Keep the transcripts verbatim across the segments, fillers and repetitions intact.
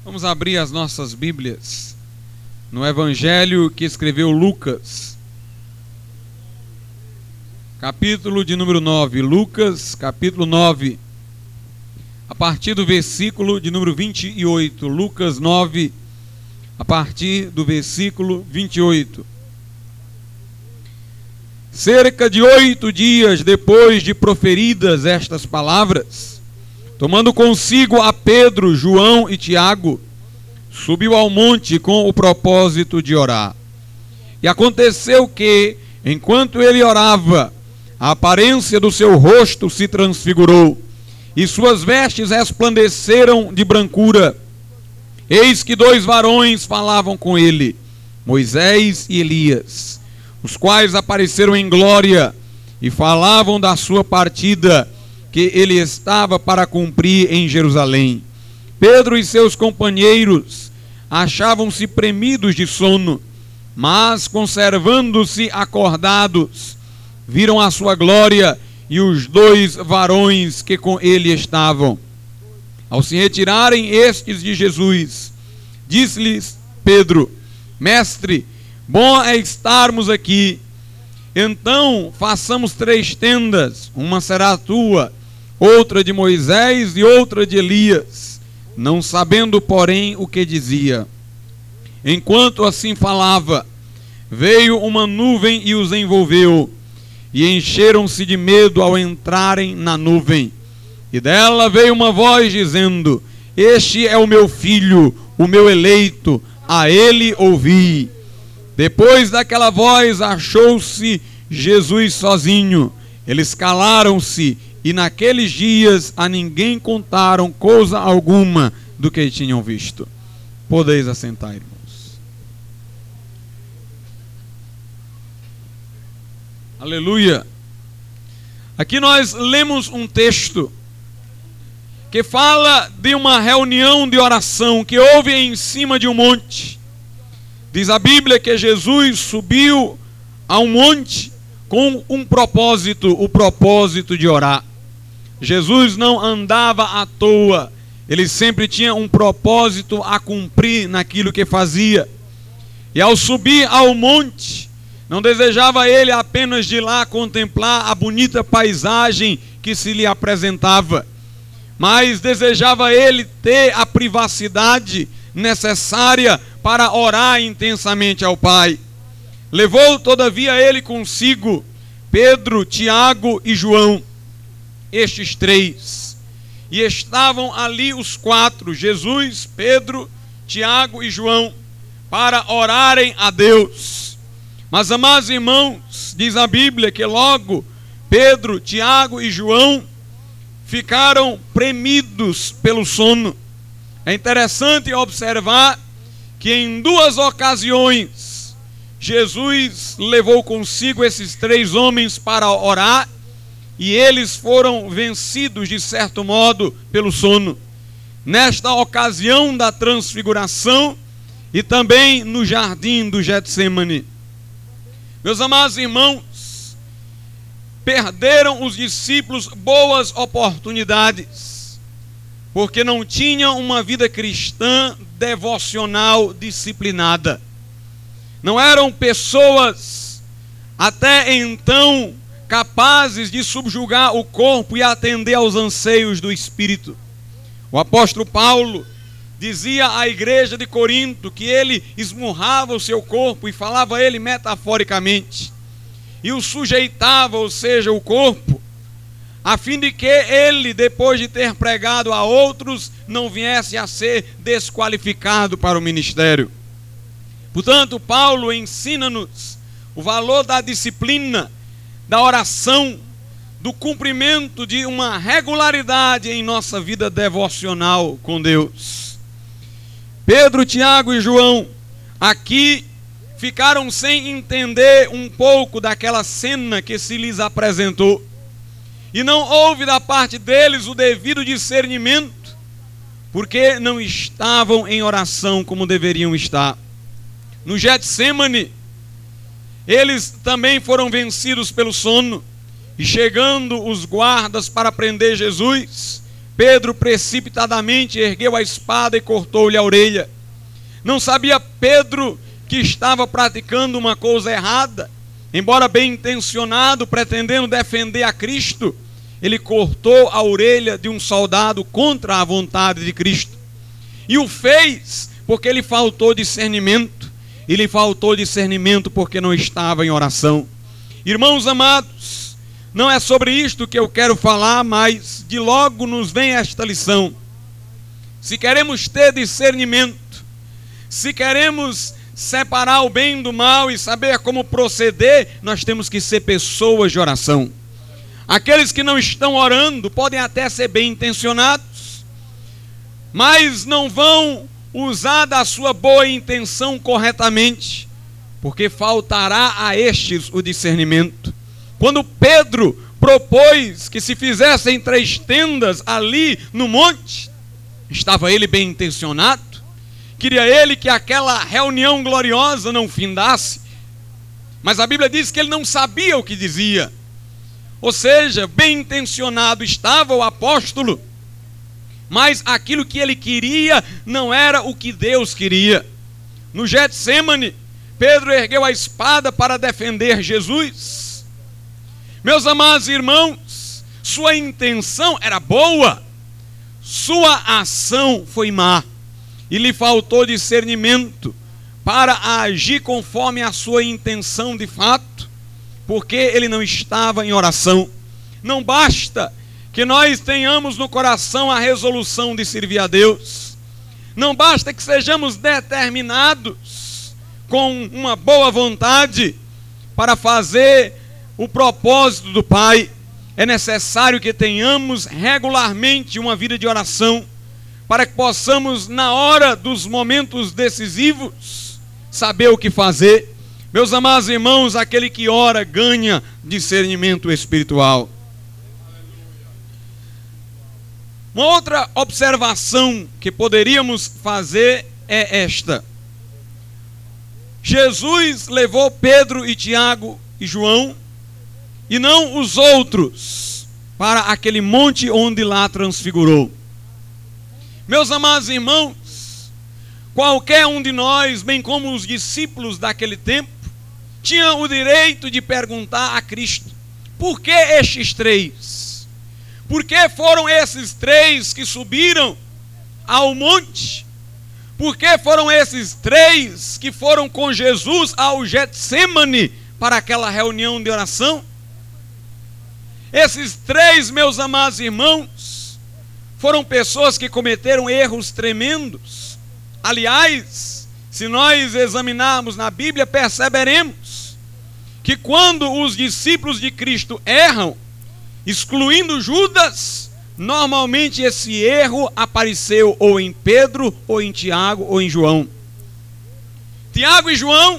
Vamos abrir as nossas Bíblias no Evangelho que escreveu Lucas, capítulo de número nove. Lucas, capítulo nove, a partir do versículo de número vinte e oito. Lucas nove, a partir do versículo vinte e oito. Cerca de oito dias depois de proferidas estas palavras, tomando consigo a Pedro, João e Tiago, subiu ao monte com o propósito de orar. E aconteceu que, enquanto ele orava, a aparência do seu rosto se transfigurou, e suas vestes resplandeceram de brancura. Eis que dois varões falavam com ele, Moisés e Elias, os quais apareceram em glória e falavam da sua partida, que ele estava para cumprir em Jerusalém. Pedro e seus companheiros achavam-se premidos de sono, mas, conservando-se acordados, viram a sua glória e os dois varões que com ele estavam. Ao se retirarem estes de Jesus, disse-lhes Pedro: Mestre, bom é estarmos aqui. Então façamos três tendas, uma será tua, outra de Moisés e outra de Elias, não sabendo, porém, o que dizia. Enquanto assim falava, veio uma nuvem e os envolveu, e encheram-se de medo ao entrarem na nuvem. E dela veio uma voz dizendo: Este é o meu filho, o meu eleito, a ele ouvi. Depois daquela voz achou-se Jesus sozinho. Eles calaram-se e naqueles dias a ninguém contaram coisa alguma do que tinham visto. Podeis assentar, irmãos. Aleluia. Aqui nós lemos um texto que fala de uma reunião de oração que houve em cima de um monte. Diz a Bíblia que Jesus subiu a um monte com um propósito, o propósito de orar. Jesus não andava à toa, ele sempre tinha um propósito a cumprir naquilo que fazia. E ao subir ao monte, não desejava ele apenas de lá contemplar a bonita paisagem que se lhe apresentava, mas desejava ele ter a privacidade necessária para orar intensamente ao Pai. Levou, todavia, ele consigo Pedro, Tiago e João, estes três. E estavam ali os quatro, Jesus, Pedro, Tiago e João, para orarem a Deus. Mas, amados irmãos, diz a Bíblia que logo Pedro, Tiago e João ficaram premidos pelo sono. É interessante observar que em duas ocasiões Jesus levou consigo esses três homens para orar e eles foram vencidos de certo modo pelo sono. Nesta ocasião da transfiguração e também no jardim do Getsêmani. Meus amados irmãos, perderam os discípulos boas oportunidades, porque não tinham uma vida cristã devocional disciplinada. Não eram pessoas até então capazes de subjugar o corpo e atender aos anseios do espírito. O apóstolo Paulo dizia à igreja de Corinto que ele esmurrava o seu corpo, e falava ele metaforicamente, e o sujeitava, ou seja, o corpo, a fim de que ele, depois de ter pregado a outros, não viesse a ser desqualificado para o ministério. Portanto, Paulo ensina-nos o valor da disciplina, da oração, do cumprimento de uma regularidade em nossa vida devocional com Deus. Pedro, Tiago e João aqui ficaram sem entender um pouco daquela cena que se lhes apresentou. E não houve da parte deles o devido discernimento, porque não estavam em oração como deveriam estar. No Getsêmani, eles também foram vencidos pelo sono, e chegando os guardas para prender Jesus, Pedro precipitadamente ergueu a espada e cortou-lhe a orelha. Não sabia Pedro que estava praticando uma coisa errada. Embora bem intencionado, pretendendo defender a Cristo, ele cortou a orelha de um soldado contra a vontade de Cristo. E o fez porque lhe faltou discernimento. E lhe faltou discernimento porque não estava em oração. Irmãos amados, não é sobre isto que eu quero falar, mas de logo nos vem esta lição. Se queremos ter discernimento, se queremos separar o bem do mal e saber como proceder, nós temos que ser pessoas de oração. Aqueles que não estão orando podem até ser bem intencionados, mas não vão usar da sua boa intenção corretamente, porque faltará a estes o discernimento. Quando Pedro propôs que se fizessem três tendas ali no monte, estava ele bem intencionado? Queria ele que aquela reunião gloriosa não findasse, mas a Bíblia diz que ele não sabia o que dizia. Ou seja, bem intencionado estava o apóstolo, mas aquilo que ele queria não era o que Deus queria. No Getsemane, Pedro ergueu a espada para defender Jesus. Meus amados irmãos, sua intenção era boa, sua ação foi má. E lhe faltou discernimento para agir conforme a sua intenção de fato, porque ele não estava em oração. Não basta que nós tenhamos no coração a resolução de servir a Deus. Não basta que sejamos determinados com uma boa vontade para fazer o propósito do Pai. É necessário que tenhamos regularmente uma vida de oração, para que possamos, na hora dos momentos decisivos, saber o que fazer. Meus amados irmãos, aquele que ora ganha discernimento espiritual. Uma outra observação que poderíamos fazer é esta: Jesus levou Pedro e Tiago e João, e não os outros, para aquele monte onde lá transfigurou. Meus amados irmãos, qualquer um de nós, bem como os discípulos daquele tempo, tinha o direito de perguntar a Cristo: por que estes três? Por que foram esses três que subiram ao monte? Por que foram esses três que foram com Jesus ao Getsemane para aquela reunião de oração? Esses três, meus amados irmãos, foram pessoas que cometeram erros tremendos. Aliás, se nós examinarmos na Bíblia, perceberemos que quando os discípulos de Cristo erram, excluindo Judas, normalmente esse erro apareceu ou em Pedro, ou em Tiago, ou em João. Tiago e João,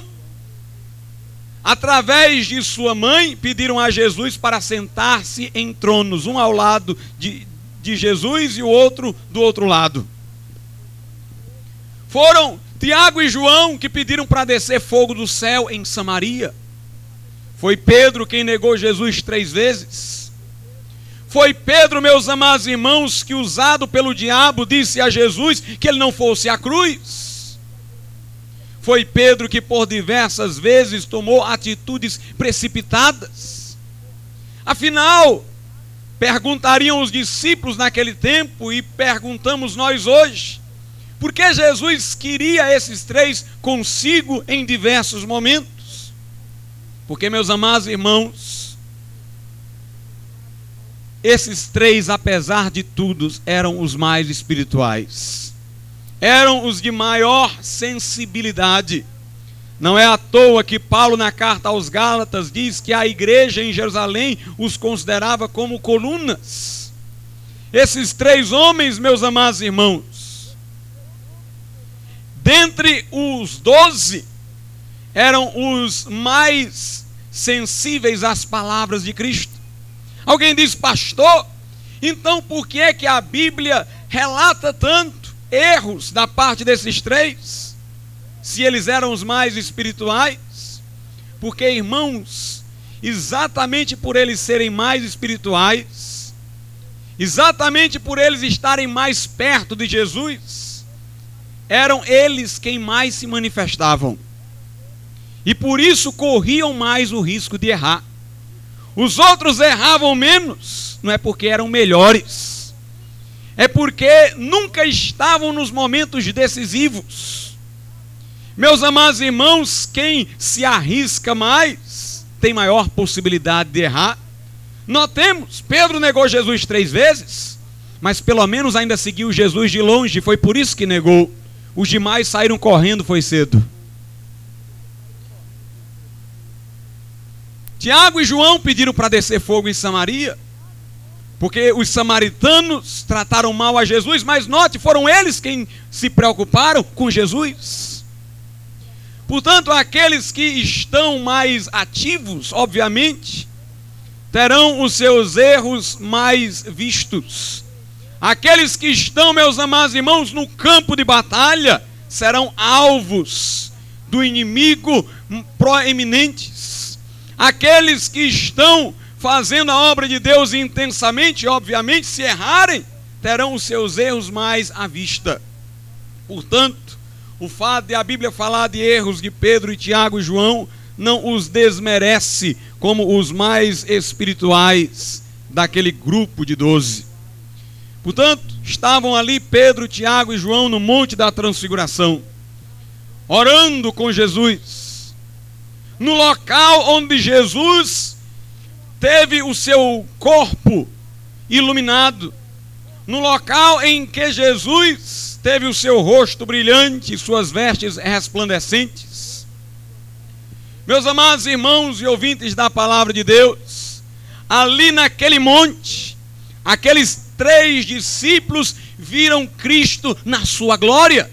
através de sua mãe, pediram a Jesus para sentar-se em tronos, um ao lado de de Jesus e o outro do outro lado. Foram Tiago e João que pediram para descer fogo do céu em Samaria. Foi Pedro quem negou Jesus três vezes. Foi Pedro, meus amados irmãos, que, usado pelo diabo, disse a Jesus que ele não fosse à cruz. Foi Pedro que por diversas vezes tomou atitudes precipitadas. Afinal, perguntariam os discípulos naquele tempo, e perguntamos nós hoje: por que Jesus queria esses três consigo em diversos momentos? Porque, meus amados irmãos, esses três, apesar de tudo, eram os mais espirituais, eram os de maior sensibilidade. Não é à toa que Paulo, na carta aos Gálatas, diz que a igreja em Jerusalém os considerava como colunas. Esses três homens, meus amados irmãos, dentre os doze, eram os mais sensíveis às palavras de Cristo. Alguém diz: pastor, então por que é que a Bíblia relata tanto erros da parte desses três, se eles eram os mais espirituais? Porque, irmãos, exatamente por eles serem mais espirituais, exatamente por eles estarem mais perto de Jesus, eram eles quem mais se manifestavam. E por isso corriam mais o risco de errar. Os outros erravam menos, não é porque eram melhores, é porque nunca estavam nos momentos decisivos. Meus amados irmãos, quem se arrisca mais, tem maior possibilidade de errar. Notemos, Pedro negou Jesus três vezes, mas pelo menos ainda seguiu Jesus de longe, foi por isso que negou. Os demais saíram correndo, foi cedo. Tiago e João pediram para descer fogo em Samaria, porque os samaritanos trataram mal a Jesus, mas note, foram eles quem se preocuparam com Jesus. Portanto, aqueles que estão mais ativos, obviamente, terão os seus erros mais vistos. Aqueles que estão, meus amados irmãos, no campo de batalha, serão alvos do inimigo proeminentes. Aqueles que estão fazendo a obra de Deus intensamente, obviamente, se errarem, terão os seus erros mais à vista. Portanto, o fato de a Bíblia falar de erros de Pedro e Tiago e João não os desmerece como os mais espirituais daquele grupo de doze. Portanto, estavam ali Pedro, Tiago e João no Monte da Transfiguração, orando com Jesus, no local onde Jesus teve o seu corpo iluminado, no local em que Jesus teve o seu rosto brilhante e suas vestes resplandecentes. Meus amados irmãos e ouvintes da palavra de Deus, ali naquele monte, aqueles três discípulos viram Cristo na sua glória.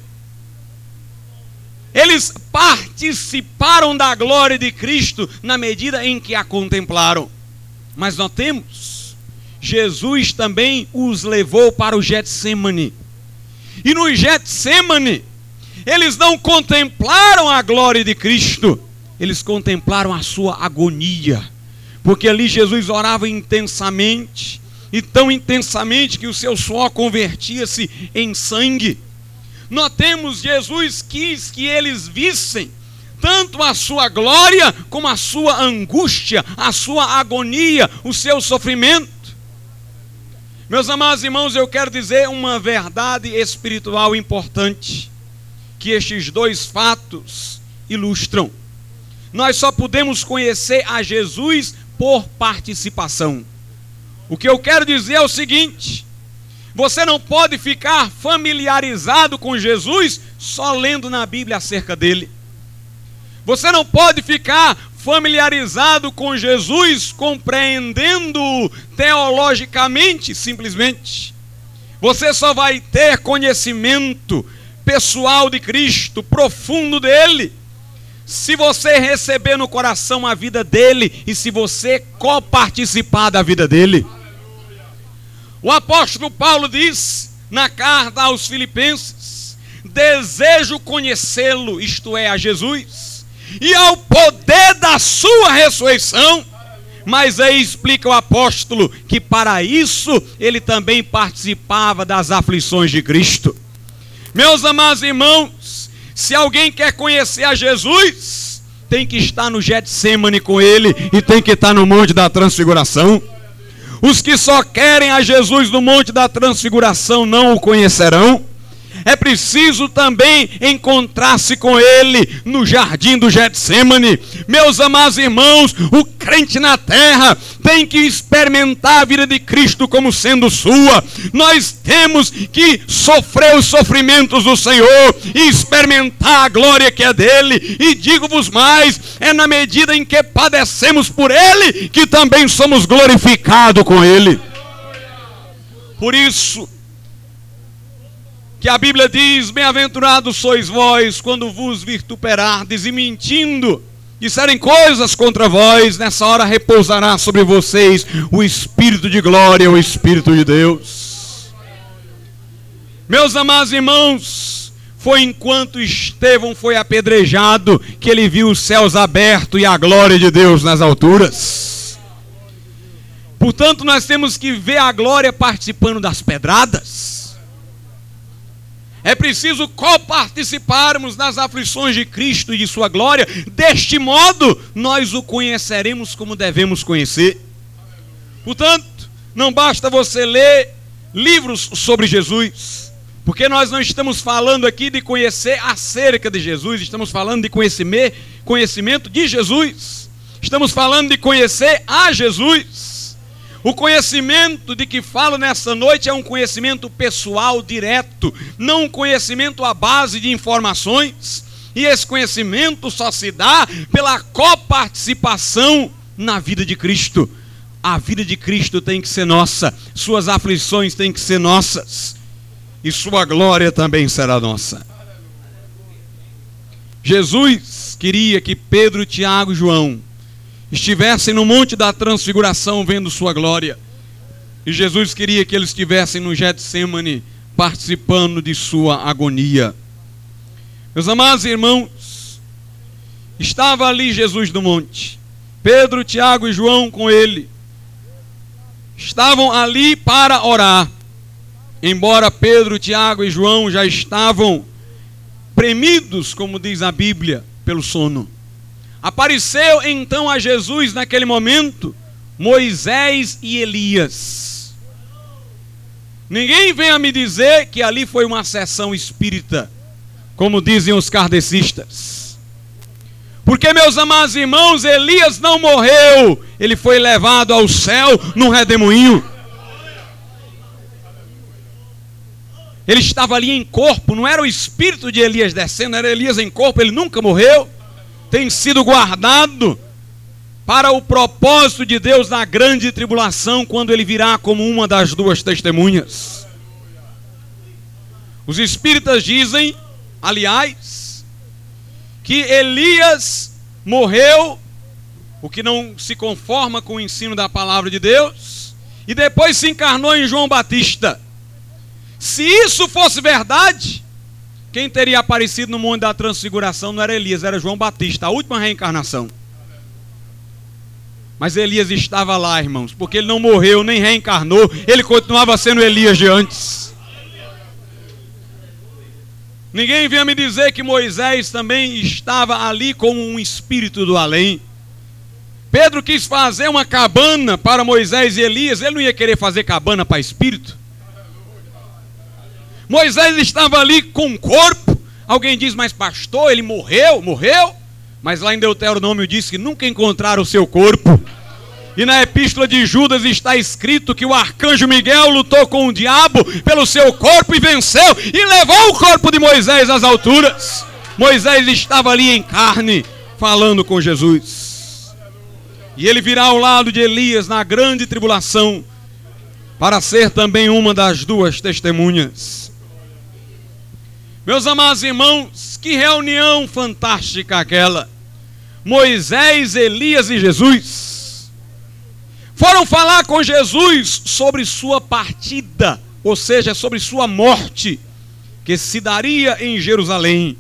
Eles participaram da glória de Cristo na medida em que a contemplaram. Mas notemos, Jesus também os levou para o Getsemane. E no Getsemane, eles não contemplaram a glória de Cristo, eles contemplaram a sua agonia. Porque ali Jesus orava intensamente, e tão intensamente que o seu suor convertia-se em sangue. Notemos, Jesus quis que eles vissem tanto a sua glória como a sua angústia, a sua agonia, o seu sofrimento. Meus amados irmãos, eu quero dizer uma verdade espiritual importante que estes dois fatos ilustram. Nós só podemos conhecer a Jesus por participação. O que eu quero dizer é o seguinte: você não pode ficar familiarizado com Jesus só lendo na Bíblia acerca dele. Você não pode ficar familiarizado com Jesus compreendendo teologicamente, simplesmente. Você só vai ter conhecimento pessoal de Cristo, profundo dele, se você receber no coração a vida dele e se você coparticipar da vida dele. O apóstolo Paulo diz na carta aos Filipenses: desejo conhecê-lo, isto é, a Jesus, e ao poder da sua ressurreição. Mas aí explica o apóstolo que para isso ele também participava das aflições de Cristo. Meus amados irmãos, se alguém quer conhecer a Jesus, tem que estar no Getsemane com ele e tem que estar no Monte da Transfiguração. Os que só querem a Jesus no Monte da Transfiguração não o conhecerão. É preciso também encontrar-se com ele no jardim do Getsemane. Meus amados irmãos, o crente na terra tem que experimentar a vida de Cristo como sendo sua. Nós temos que sofrer os sofrimentos do Senhor e experimentar a glória que é dele. E digo-vos mais, é na medida em que padecemos por ele que também somos glorificados com ele. Por isso que a Bíblia diz: bem-aventurados sois vós quando vos vituperardes e mentindo disserem coisas contra vós, nessa hora repousará sobre vocês o Espírito de glória, o Espírito de Deus. Meus amados irmãos, foi enquanto Estevão foi apedrejado que ele viu os céus abertos e a glória de Deus nas alturas. Portanto, nós temos que ver a glória participando das pedradas. É preciso coparticiparmos das aflições de Cristo e de sua glória. Deste modo, nós o conheceremos como devemos conhecer. Portanto, não basta você ler livros sobre Jesus, porque nós não estamos falando aqui de conhecer acerca de Jesus, estamos falando de conhecimento, conhecimento de Jesus. Estamos falando de conhecer a Jesus. O conhecimento de que falo nessa noite é um conhecimento pessoal, direto, não um conhecimento à base de informações. E esse conhecimento só se dá pela coparticipação na vida de Cristo. A vida de Cristo tem que ser nossa, suas aflições têm que ser nossas, e sua glória também será nossa. Jesus queria que Pedro, Tiago e João estivessem no Monte da Transfiguração vendo sua glória. E Jesus queria que eles estivessem no Getsemane participando de sua agonia. Meus amados irmãos, estava ali Jesus no monte. Pedro, Tiago e João com ele. Estavam ali para orar. Embora Pedro, Tiago e João já estavam premidos, como diz a Bíblia, pelo sono. Apareceu então a Jesus naquele momento Moisés e Elias. Ninguém venha me dizer que ali foi uma sessão espírita, como dizem os kardecistas. Porque, meus amados irmãos, Elias não morreu, ele foi levado ao céu num redemoinho. Ele estava ali em corpo, não era o espírito de Elias descendo, era Elias em corpo, ele nunca morreu. Tem sido guardado para o propósito de Deus na grande tribulação, quando ele virá como uma das duas testemunhas. Os espíritas dizem, aliás, que Elias morreu, o que não se conforma com o ensino da palavra de Deus, e depois se encarnou em João Batista. Se isso fosse verdade, quem teria aparecido no Monte da Transfiguração não era Elias, era João Batista, a última reencarnação. Mas Elias estava lá, irmãos, porque ele não morreu, nem reencarnou, ele continuava sendo Elias de antes. Ninguém vinha me dizer que Moisés também estava ali como um espírito do além. Pedro quis fazer uma cabana para Moisés e Elias, ele não ia querer fazer cabana para espírito. Moisés estava ali com um corpo. Alguém diz, mas pastor, ele morreu? Morreu? Mas lá em Deuteronômio diz que nunca encontraram o seu corpo. E na epístola de Judas está escrito que o arcanjo Miguel lutou com o diabo pelo seu corpo e venceu, e levou o corpo de Moisés às alturas. Moisés estava ali em carne, falando com Jesus. E ele virá ao lado de Elias na grande tribulação, para ser também uma das duas testemunhas. Meus amados irmãos, que reunião fantástica aquela. Moisés, Elias e Jesus foram falar com Jesus sobre sua partida, ou seja, sobre sua morte, que se daria em Jerusalém.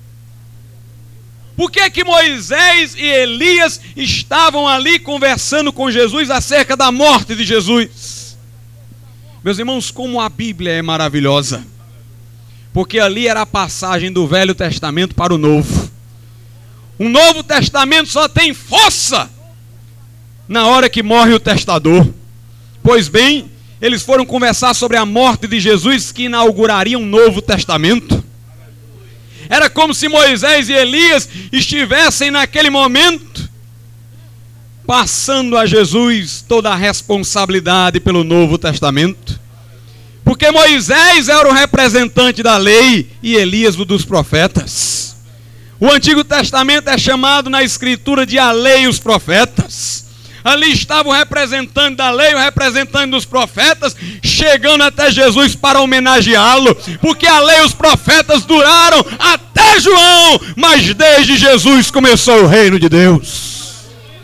Por que que Moisés e Elias estavam ali conversando com Jesus acerca da morte de Jesus? Meus irmãos, como a Bíblia é maravilhosa. Porque ali era a passagem do Velho Testamento para o Novo. O Novo Testamento só tem força na hora que morre o testador. Pois bem, eles foram conversar sobre a morte de Jesus, que inauguraria um Novo Testamento. Era como se Moisés e Elias estivessem naquele momento passando a Jesus toda a responsabilidade pelo Novo Testamento. Porque Moisés era o representante da lei e Elias o dos profetas. O Antigo Testamento é chamado na Escritura de a lei e os profetas. Ali estava o representante da lei, o representante dos profetas, chegando até Jesus para homenageá-lo. Porque a lei e os profetas duraram até João, mas desde Jesus começou o reino de Deus.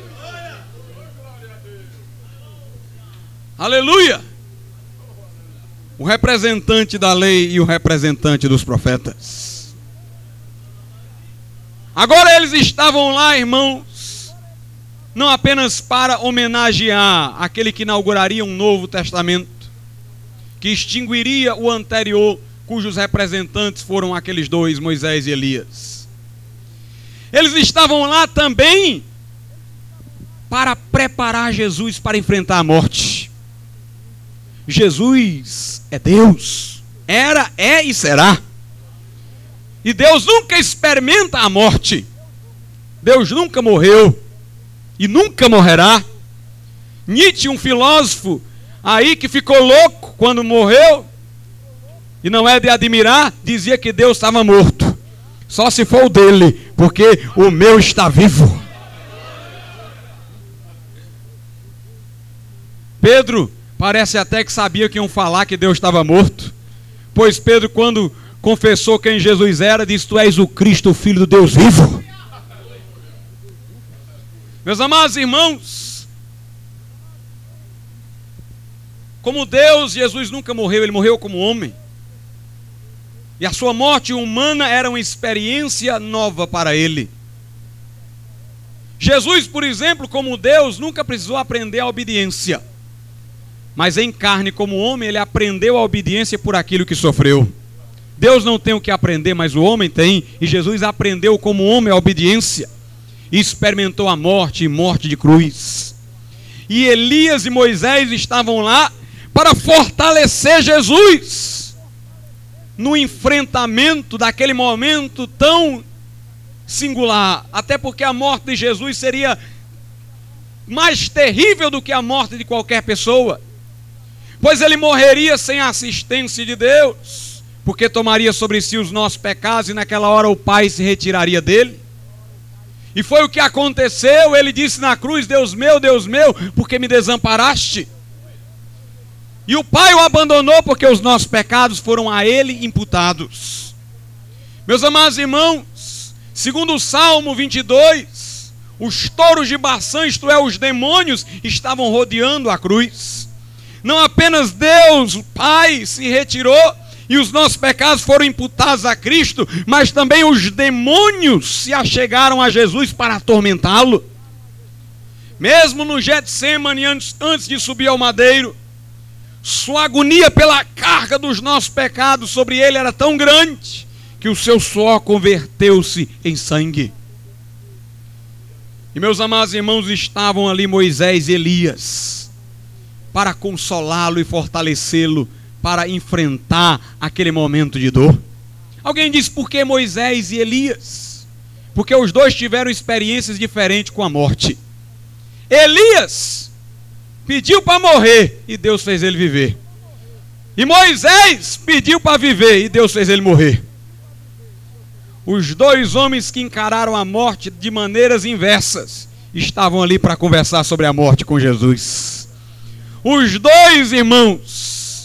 Aleluia! O representante da lei e o representante dos profetas. Agora eles estavam lá, irmãos, não apenas para homenagear aquele que inauguraria um novo testamento, que extinguiria o anterior, cujos representantes foram aqueles dois, Moisés e Elias. Eles estavam lá também para preparar Jesus para enfrentar a morte. Jesus é Deus, era, é e será. E Deus nunca experimenta a morte. Deus nunca morreu e nunca morrerá. Nietzsche, um filósofo aí que ficou louco quando morreu, e não é de admirar, dizia que Deus estava morto. Só se for o dele, porque o meu está vivo. Pedro parece até que sabia que iam falar que Deus estava morto, pois Pedro, quando confessou quem Jesus era, disse: tu és o Cristo, o Filho do Deus vivo. Meus amados irmãos, como Deus, Jesus nunca morreu, ele morreu como homem. E a sua morte humana era uma experiência nova para ele. Jesus, por exemplo, como Deus, nunca precisou aprender a obediência. Mas em carne, como homem, ele aprendeu a obediência por aquilo que sofreu. Deus não tem o que aprender, mas o homem tem. E Jesus aprendeu como homem a obediência. E experimentou a morte, e morte de cruz. E Elias e Moisés estavam lá para fortalecer Jesus no enfrentamento daquele momento tão singular. Até porque a morte de Jesus seria mais terrível do que a morte de qualquer pessoa, pois ele morreria sem a assistência de Deus, porque tomaria sobre si os nossos pecados, e naquela hora o Pai se retiraria dele. E foi o que aconteceu. Ele disse na cruz: Deus meu, Deus meu, por que me desamparaste? E o Pai o abandonou porque os nossos pecados foram a ele imputados. Meus amados irmãos, segundo o Salmo vinte e dois, os touros de Baçã, isto é, os demônios, estavam rodeando a cruz. Não apenas Deus, o Pai, se retirou e os nossos pecados foram imputados a Cristo, mas também os demônios se achegaram a Jesus para atormentá-lo. Mesmo no Getsêmani, antes, antes de subir ao madeiro, sua agonia pela carga dos nossos pecados sobre ele era tão grande que o seu suor converteu-se em sangue. E meus amados irmãos, estavam ali Moisés e Elias para consolá-lo e fortalecê-lo para enfrentar aquele momento de dor. Alguém diz: por que Moisés e Elias? Porque os dois tiveram experiências diferentes com a morte. Elias pediu para morrer e Deus fez ele viver. E Moisés pediu para viver e Deus fez ele morrer. Os dois homens que encararam a morte de maneiras inversas estavam ali para conversar sobre a morte com Jesus. Os dois irmãos,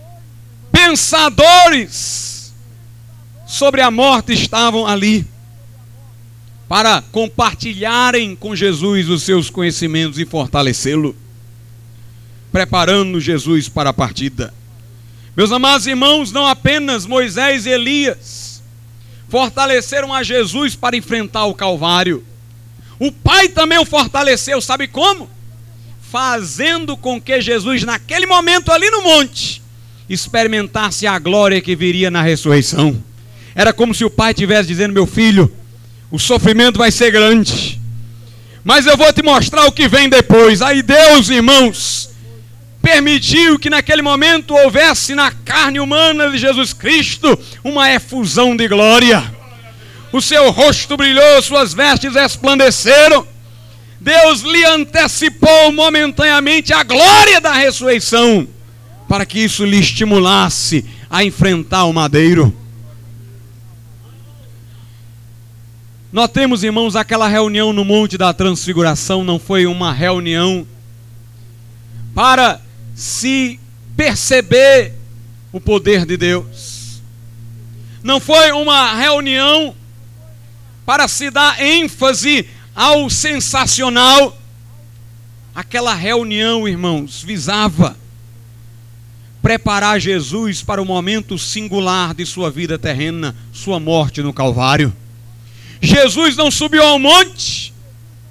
pensadores sobre a morte, estavam ali para compartilharem com Jesus os seus conhecimentos e fortalecê-lo, preparando Jesus para a partida. Meus amados irmãos, não apenas Moisés e Elias fortaleceram a Jesus para enfrentar o Calvário, o Pai também o fortaleceu. Sabe como? Fazendo com que Jesus, naquele momento ali no monte, experimentasse a glória que viria na ressurreição. Era como se o Pai estivesse dizendo: meu filho, o sofrimento vai ser grande, mas eu vou te mostrar o que vem depois. Aí Deus, irmãos, permitiu que naquele momento houvesse na carne humana de Jesus Cristo uma efusão de glória. O seu rosto brilhou, suas vestes resplandeceram. Deus lhe antecipou momentaneamente a glória da ressurreição, para que isso lhe estimulasse a enfrentar o madeiro. Notemos, irmãos, aquela reunião no Monte da Transfiguração não foi uma reunião para se perceber o poder de Deus. Não foi uma reunião para se dar ênfase ao sensacional. Aquela reunião, irmãos, visava preparar Jesus para o momento singular de sua vida terrena, sua morte no Calvário. Jesus não subiu ao monte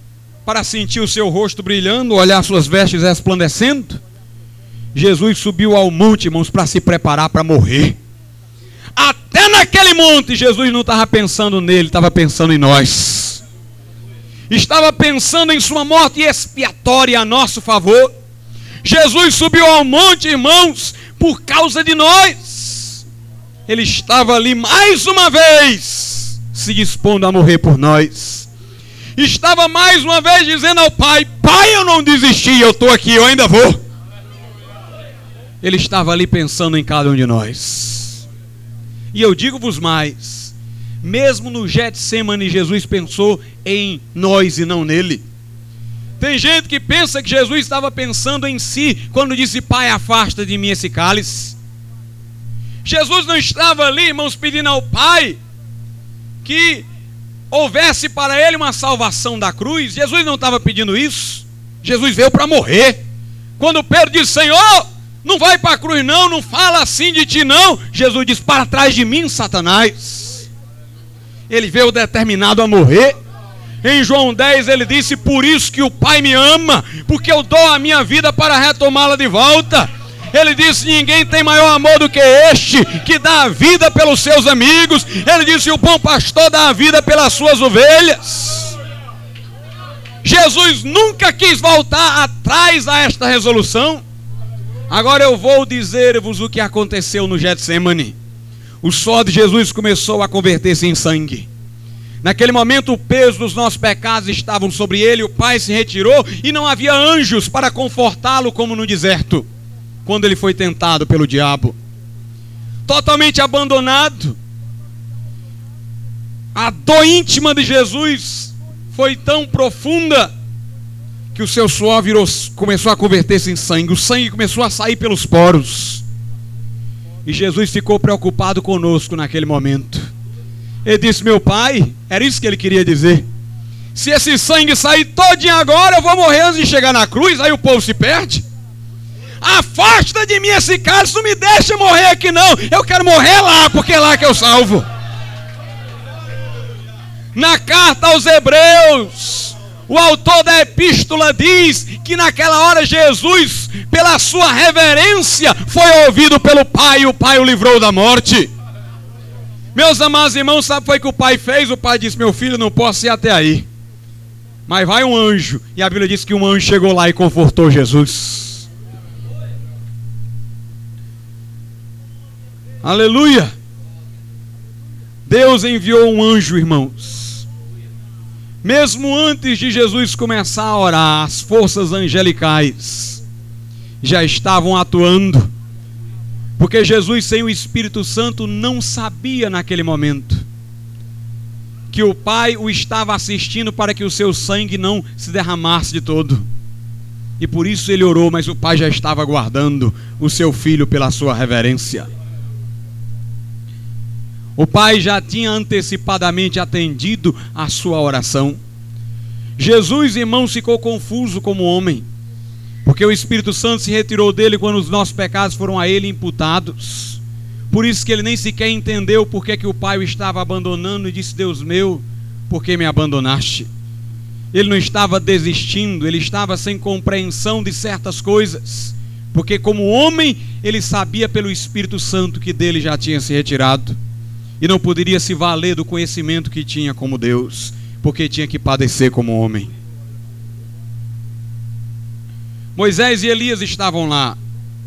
para sentir o seu rosto brilhando, olhar suas vestes resplandecendo, Jesus subiu ao monte, irmãos, para se preparar para morrer. Até naquele monte, Jesus não estava pensando nele, estava pensando em nós. Estava pensando em sua morte expiatória a nosso favor. Jesus subiu ao monte, irmãos, por causa de nós. Ele estava ali mais uma vez, se dispondo a morrer por nós. Estava mais uma vez dizendo ao Pai: Pai, eu não desisti, eu estou aqui, eu ainda vou. Ele estava ali pensando em cada um de nós. E eu digo-vos mais, mesmo no Getsemane, Jesus pensou em nós e não nele. Tem gente que pensa que Jesus estava pensando em si quando disse: Pai, afasta de mim esse cálice. Jesus não estava ali, irmãos, pedindo ao Pai que houvesse para ele uma salvação da cruz. Jesus não estava pedindo isso. Jesus veio para morrer. Quando Pedro disse: Senhor, não vai para a cruz não, não fala assim de ti não, Jesus disse: para trás de mim, Satanás. Ele veio determinado a morrer. Em João dez ele disse: por isso que o Pai me ama, porque eu dou a minha vida para retomá-la de volta. Ele disse: ninguém tem maior amor do que este, que dá a vida pelos seus amigos. Ele disse: o bom pastor dá a vida pelas suas ovelhas. Jesus nunca quis voltar atrás a esta resolução. Agora eu vou dizer-vos o que aconteceu no Getsemane. O suor de Jesus começou a converter-se em sangue. Naquele momento o peso dos nossos pecados estavam sobre ele. O Pai se retirou e não havia anjos para confortá-lo, como no deserto, quando ele foi tentado pelo diabo. Totalmente abandonado. A dor íntima de Jesus foi tão profunda que o seu suor virou, começou a converter-se em sangue. O sangue começou a sair pelos poros. E Jesus ficou preocupado conosco naquele momento. Ele disse: meu Pai, era isso que ele queria dizer, se esse sangue sair todinho agora, eu vou morrer antes de chegar na cruz. Aí o povo se perde. Afasta de mim esse cálice, não me deixa morrer aqui não. Eu quero morrer lá, porque é lá que eu salvo. Na carta aos Hebreus, o autor da epístola diz que naquela hora Jesus, pela sua reverência, foi ouvido pelo Pai e o Pai o livrou da morte. Meus amados irmãos, sabe o que foi que o Pai fez? O Pai disse: meu filho, não posso ir até aí, mas vai um anjo. E a Bíblia diz que um anjo chegou lá e confortou Jesus. Aleluia! Deus enviou um anjo, irmãos. Mesmo antes de Jesus começar a orar, as forças angelicais já estavam atuando. Porque Jesus, sem o Espírito Santo, não sabia naquele momento que o Pai o estava assistindo para que o seu sangue não se derramasse de todo. E por isso ele orou, mas o Pai já estava aguardando o seu filho pela sua reverência. O Pai já tinha antecipadamente atendido a sua oração. Jesus, irmão, ficou confuso como homem, porque o Espírito Santo se retirou dele quando os nossos pecados foram a ele imputados. Por isso que ele nem sequer entendeu por que, que o Pai o estava abandonando, e disse: Deus meu, por que me abandonaste? Ele não estava desistindo, ele estava sem compreensão de certas coisas, porque como homem ele sabia pelo Espírito Santo que dele já tinha se retirado, e não poderia se valer do conhecimento que tinha como Deus, porque tinha que padecer como homem. Moisés e Elias estavam lá,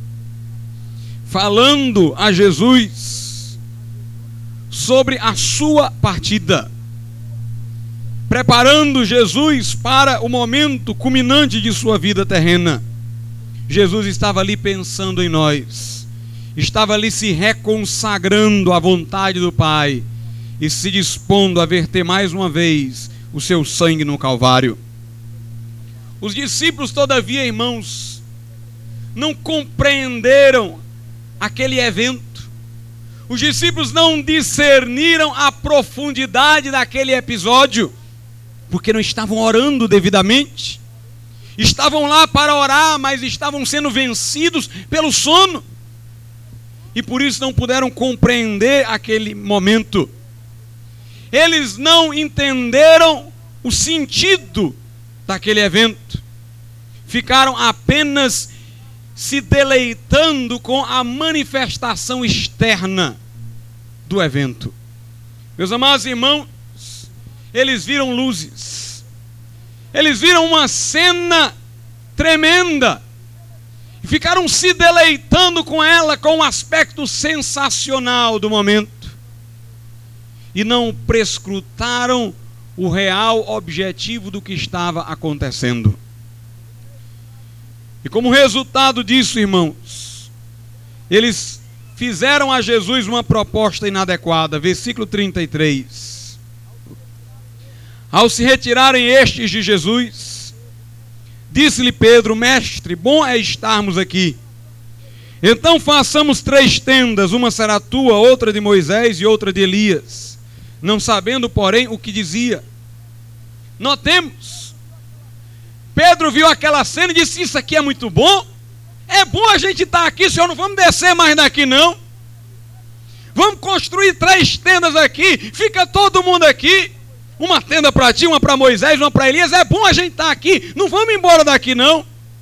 falando a Jesus sobre a sua partida, preparando Jesus para o momento culminante de sua vida terrena. Jesus estava ali pensando em nós, estava ali se reconsagrando à vontade do Pai e se dispondo a verter mais uma vez o seu sangue no Calvário. Os discípulos, todavia, irmãos, não compreenderam aquele evento. Os discípulos não discerniram a profundidade daquele episódio, porque não estavam orando devidamente. Estavam lá para orar, mas estavam sendo vencidos pelo sono, e por isso não puderam compreender aquele momento. Eles não entenderam o sentido daquele evento. Ficaram apenas se deleitando com a manifestação externa do evento. Meus amados irmãos, eles viram luzes, eles viram uma cena tremenda, e ficaram se deleitando com ela, com o aspecto sensacional do momento, e não prescrutaram o real objetivo do que estava acontecendo. E como resultado disso, irmãos, eles fizeram a Jesus uma proposta inadequada. Versículo trinta e três. Ao se retirarem estes de Jesus, disse-lhe Pedro: mestre, bom é estarmos aqui. Então façamos três tendas, uma será tua, outra de Moisés e outra de Elias. Não sabendo, porém, o que dizia. Notemos, Pedro viu aquela cena e disse: isso aqui é muito bom, é bom a gente estar aqui, senhor, não vamos descer mais daqui não, vamos construir três tendas aqui, fica todo mundo aqui, uma tenda para ti, uma para Moisés, uma para Elias, é bom a gente estar aqui, não vamos embora daqui não.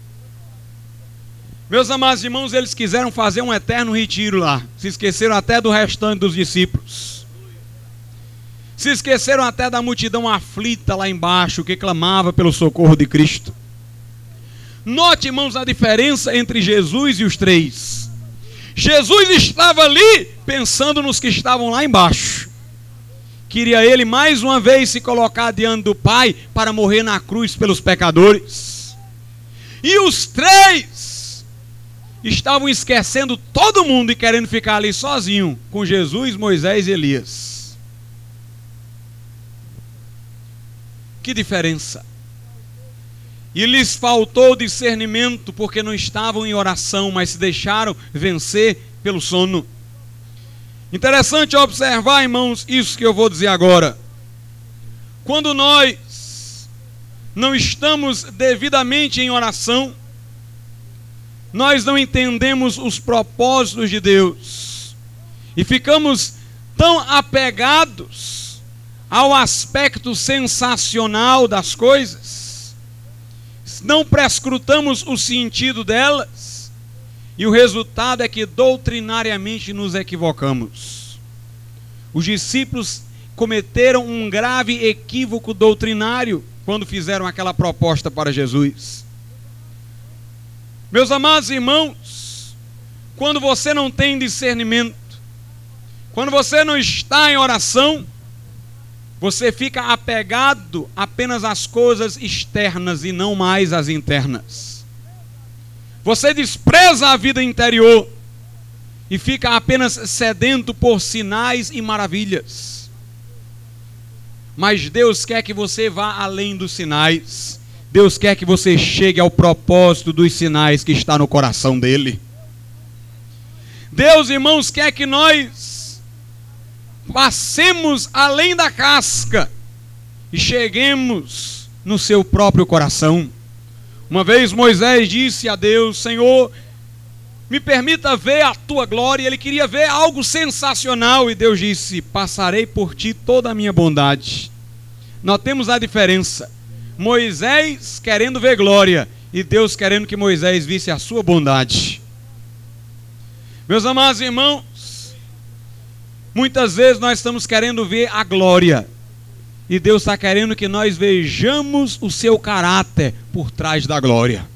Meus amados irmãos, eles quiseram fazer um eterno retiro lá, se esqueceram até do restante dos discípulos. Se esqueceram até da multidão aflita lá embaixo, que clamava pelo socorro de Cristo. Note, irmãos, a diferença entre Jesus e os três. Jesus estava ali pensando nos que estavam lá embaixo. Queria ele mais uma vez se colocar diante do Pai para morrer na cruz pelos pecadores. E os três estavam esquecendo todo mundo e querendo ficar ali sozinho com Jesus, Moisés e Elias. Que diferença! E lhes faltou discernimento, porque não estavam em oração, mas se deixaram vencer pelo sono. Interessante observar, irmãos, isso que eu vou dizer agora. Quando nós não estamos devidamente em oração, nós não entendemos os propósitos de Deus e ficamos tão apegados ao aspecto sensacional das coisas, não prescrutamos o sentido delas, e o resultado é que doutrinariamente nos equivocamos. Os discípulos cometeram um grave equívoco doutrinário quando fizeram aquela proposta para Jesus. Meus amados irmãos, quando você não tem discernimento, quando você não está em oração, você fica apegado apenas às coisas externas e não mais às internas. Você despreza a vida interior e fica apenas sedento por sinais e maravilhas. Mas Deus quer que você vá além dos sinais. Deus quer que você chegue ao propósito dos sinais que está no coração dele. Deus, irmãos, quer que nós passemos além da casca e cheguemos no seu próprio coração. Uma vez Moisés disse a Deus: Senhor, me permita ver a tua glória. Ele queria ver algo sensacional, e Deus disse: passarei por ti toda a minha bondade. Notemos a diferença. Moisés querendo ver glória e Deus querendo que Moisés visse a sua bondade. Meus amados irmãos, muitas vezes nós estamos querendo ver a glória, e Deus está querendo que nós vejamos o seu caráter por trás da glória.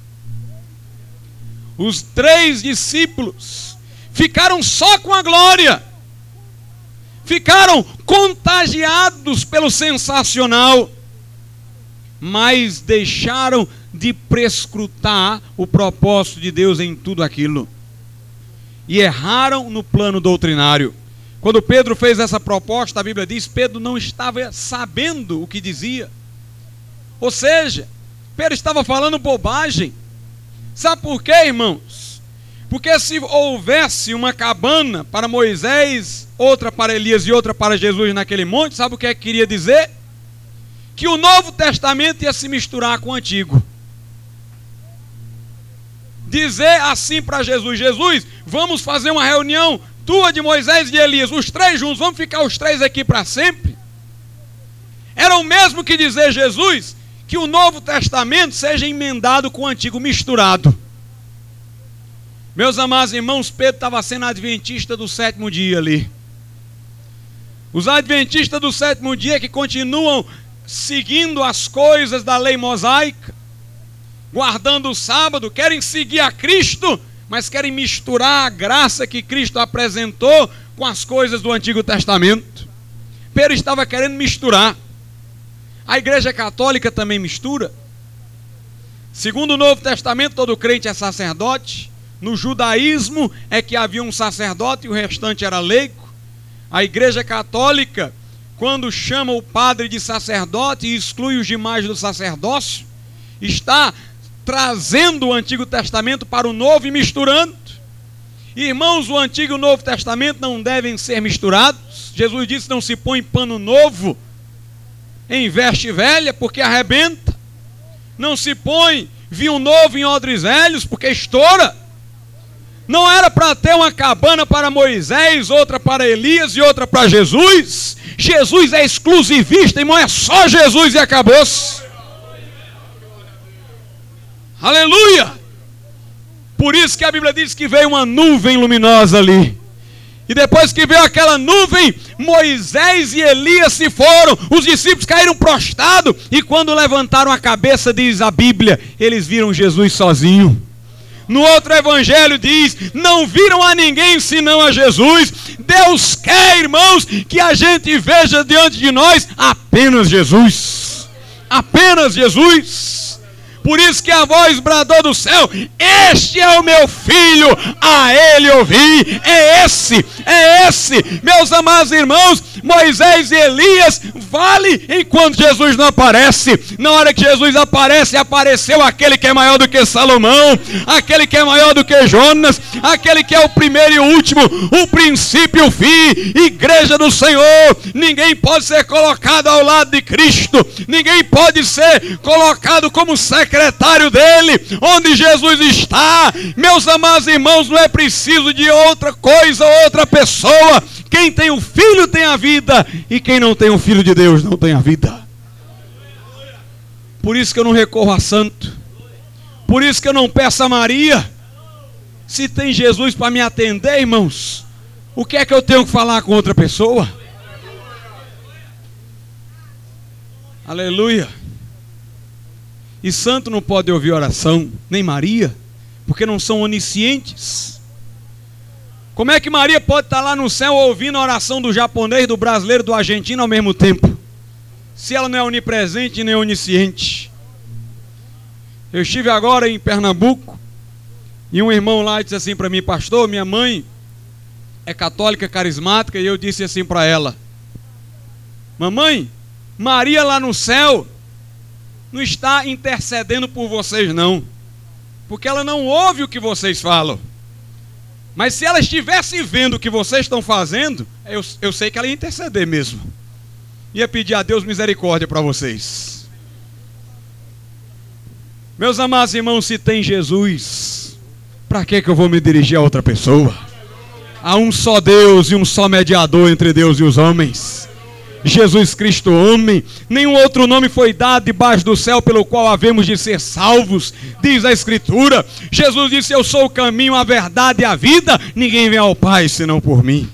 Os três discípulos ficaram só com a glória, ficaram contagiados pelo sensacional, mas deixaram de prescrutar o propósito de Deus em tudo aquilo, e erraram no plano doutrinário. Quando Pedro fez essa proposta, a Bíblia diz, Pedro não estava sabendo o que dizia. Ou seja, Pedro estava falando bobagem. Sabe por quê, irmãos? Porque se houvesse uma cabana para Moisés, outra para Elias e outra para Jesus naquele monte, sabe o que é que queria dizer? Que o Novo Testamento ia se misturar com o Antigo. Dizer assim para Jesus: Jesus, vamos fazer uma reunião tua, de Moisés e de Elias, os três juntos, vamos ficar os três aqui para sempre. Era o mesmo que dizer, Jesus, que o Novo Testamento seja emendado com o Antigo, misturado. Meus amados irmãos, Pedro estava sendo adventista do sétimo dia ali. Os adventistas do sétimo dia que continuam seguindo as coisas da lei mosaica, guardando o sábado, querem seguir a Cristo, mas querem misturar a graça que Cristo apresentou com as coisas do Antigo Testamento. Pedro estava querendo misturar. A Igreja Católica também mistura. Segundo o Novo Testamento, todo crente é sacerdote. No judaísmo é que havia um sacerdote e o restante era leigo. A Igreja Católica, quando chama o padre de sacerdote e exclui os demais do sacerdócio, está trazendo o Antigo Testamento para o Novo e misturando. Irmãos, o Antigo e o Novo Testamento não devem ser misturados. Jesus disse: não se põe pano novo em veste velha, porque arrebenta. Não se põe vinho novo em odres velhos, porque estoura. Não era para ter uma cabana para Moisés, outra para Elias e outra para Jesus. Jesus é exclusivista, irmão, é só Jesus e acabou-se. Aleluia! Por isso que a Bíblia diz que veio uma nuvem luminosa ali. E depois que veio aquela nuvem, Moisés e Elias se foram, os discípulos caíram prostrados, e quando levantaram a cabeça, diz a Bíblia, eles viram Jesus sozinho. No outro evangelho diz: não viram a ninguém senão a Jesus. Deus quer, irmãos, que a gente veja diante de nós apenas Jesus. Apenas Jesus. Por isso que a voz bradou do céu: este é o meu filho, a ele ouvi. É esse, é esse. Meus amados irmãos, Moisés e Elias vale enquanto Jesus não aparece. Na hora que Jesus aparece, apareceu aquele que é maior do que Salomão, aquele que é maior do que Jonas, aquele que é o primeiro e o último, o princípio e o fim, igreja do Senhor. Ninguém pode ser colocado ao lado de Cristo, ninguém pode ser colocado como secretário dele, onde Jesus está. Meus amados irmãos, não é preciso de outra coisa, outra pessoa. Quem tem o Filho tem a vida, e quem não tem o Filho de Deus não tem a vida. Por isso que eu não recorro a santo, por isso que eu não peço a Maria. Se tem Jesus para me atender, irmãos, o que é que eu tenho que falar com outra pessoa? Aleluia. E santo não pode ouvir oração, nem Maria, porque não são oniscientes. Como é que Maria pode estar lá no céu ouvindo a oração do japonês, do brasileiro, do argentino ao mesmo tempo, se ela não é onipresente nem onisciente? Eu estive agora em Pernambuco e um irmão lá disse assim para mim: pastor, minha mãe é católica carismática. E eu disse assim para ela: mamãe, Maria lá no céu não está intercedendo por vocês não, porque ela não ouve o que vocês falam. Mas se ela estivesse vendo o que vocês estão fazendo, eu, eu sei que ela ia interceder mesmo. Ia pedir a Deus misericórdia para vocês. Meus amados irmãos, se tem Jesus, para que que eu vou me dirigir a outra pessoa? Há um só Deus e um só mediador entre Deus e os homens, Jesus Cristo homem. Nenhum outro nome foi dado debaixo do céu pelo qual havemos de ser salvos, diz a Escritura. Jesus disse: eu sou o caminho, a verdade e a vida, ninguém vem ao Pai senão por mim.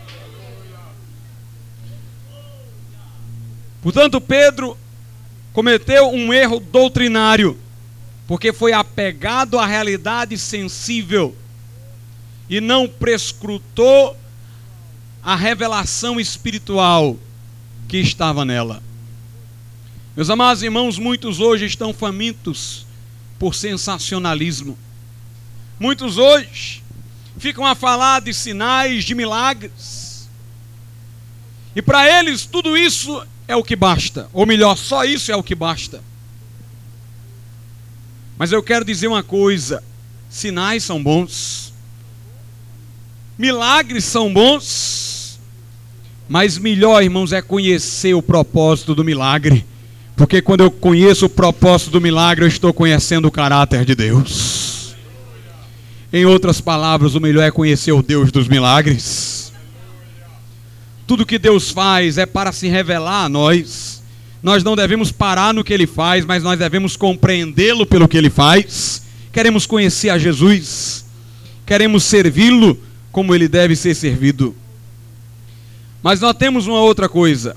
Portanto, Pedro cometeu um erro doutrinário, porque foi apegado à realidade sensível e não prescrutou a revelação espiritual que estava nela. Meus amados irmãos, muitos hoje estão famintos por sensacionalismo. Muitos hoje ficam a falar de sinais, de milagres, e para eles tudo isso é o que basta, ou melhor, só isso é o que basta. Mas eu quero dizer uma coisa: sinais são bons, milagres são bons, mas melhor, irmãos, é conhecer o propósito do milagre, porque quando eu conheço o propósito do milagre, eu estou conhecendo o caráter de Deus. Em outras palavras, o melhor é conhecer o Deus dos milagres. Tudo que Deus faz é para se revelar a nós. nós não devemos parar no que ele faz, mas nós devemos compreendê-lo pelo que ele faz. Queremos conhecer a Jesus, queremos servi-lo como ele deve ser servido. Mas nós temos uma outra coisa.